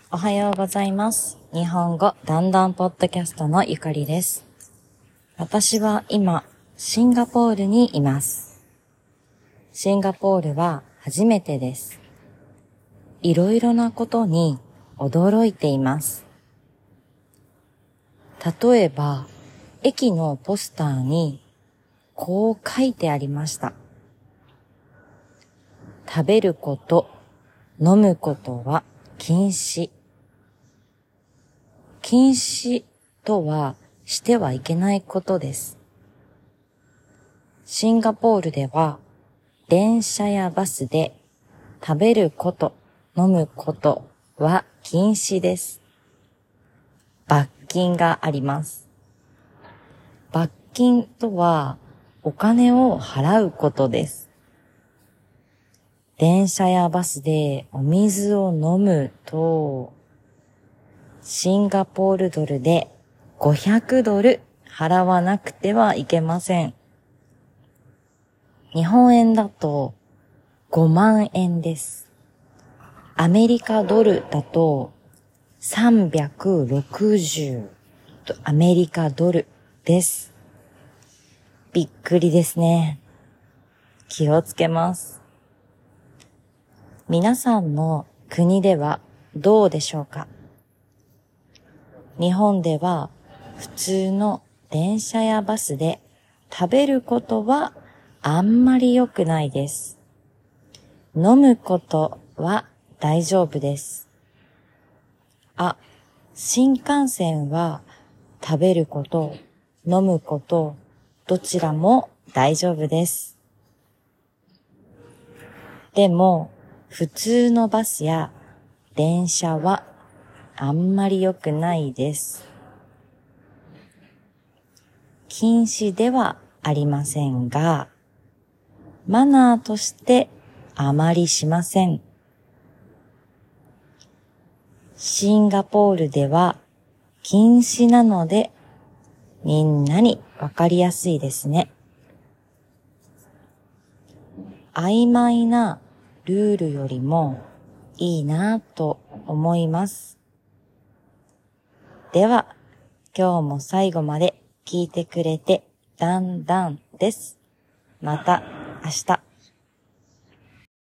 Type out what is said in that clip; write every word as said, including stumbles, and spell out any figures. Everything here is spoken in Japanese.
おはようございます。日本語だんだんポッドキャストのゆかりです。私は今、シンガポールにいます。シンガポールは初めてです。いろいろなことに驚いています。例えば、駅のポスターにこう書いてありました。食べること、飲むことは禁止。禁止とはしてはいけないことです。シンガポールでは電車やバスで食べること、飲むことは禁止です。罰金があります。罰金とはお金を払うことです。電車やバスでお水を飲むと、シンガポールドルでごひゃくドル払わなくてはいけません。日本円だとごまんえんです。アメリカドルだとさんびゃくろくじゅうアメリカドルです。びっくりですね。気をつけます。皆さんの国ではどうでしょうか？日本では普通の電車やバスで食べることはあんまり良くないです。飲むことは大丈夫です。あ、新幹線は食べること、飲むこと、どちらも大丈夫です。でも、普通のバスや電車はあんまり良くないです。禁止ではありませんが、マナーとしてあまりしません。シンガポールでは禁止なのでみんなにわかりやすいですね。曖昧なルールよりもいいなと思います。では、今日も最後まで聞いてくれてだんだんです。また明日。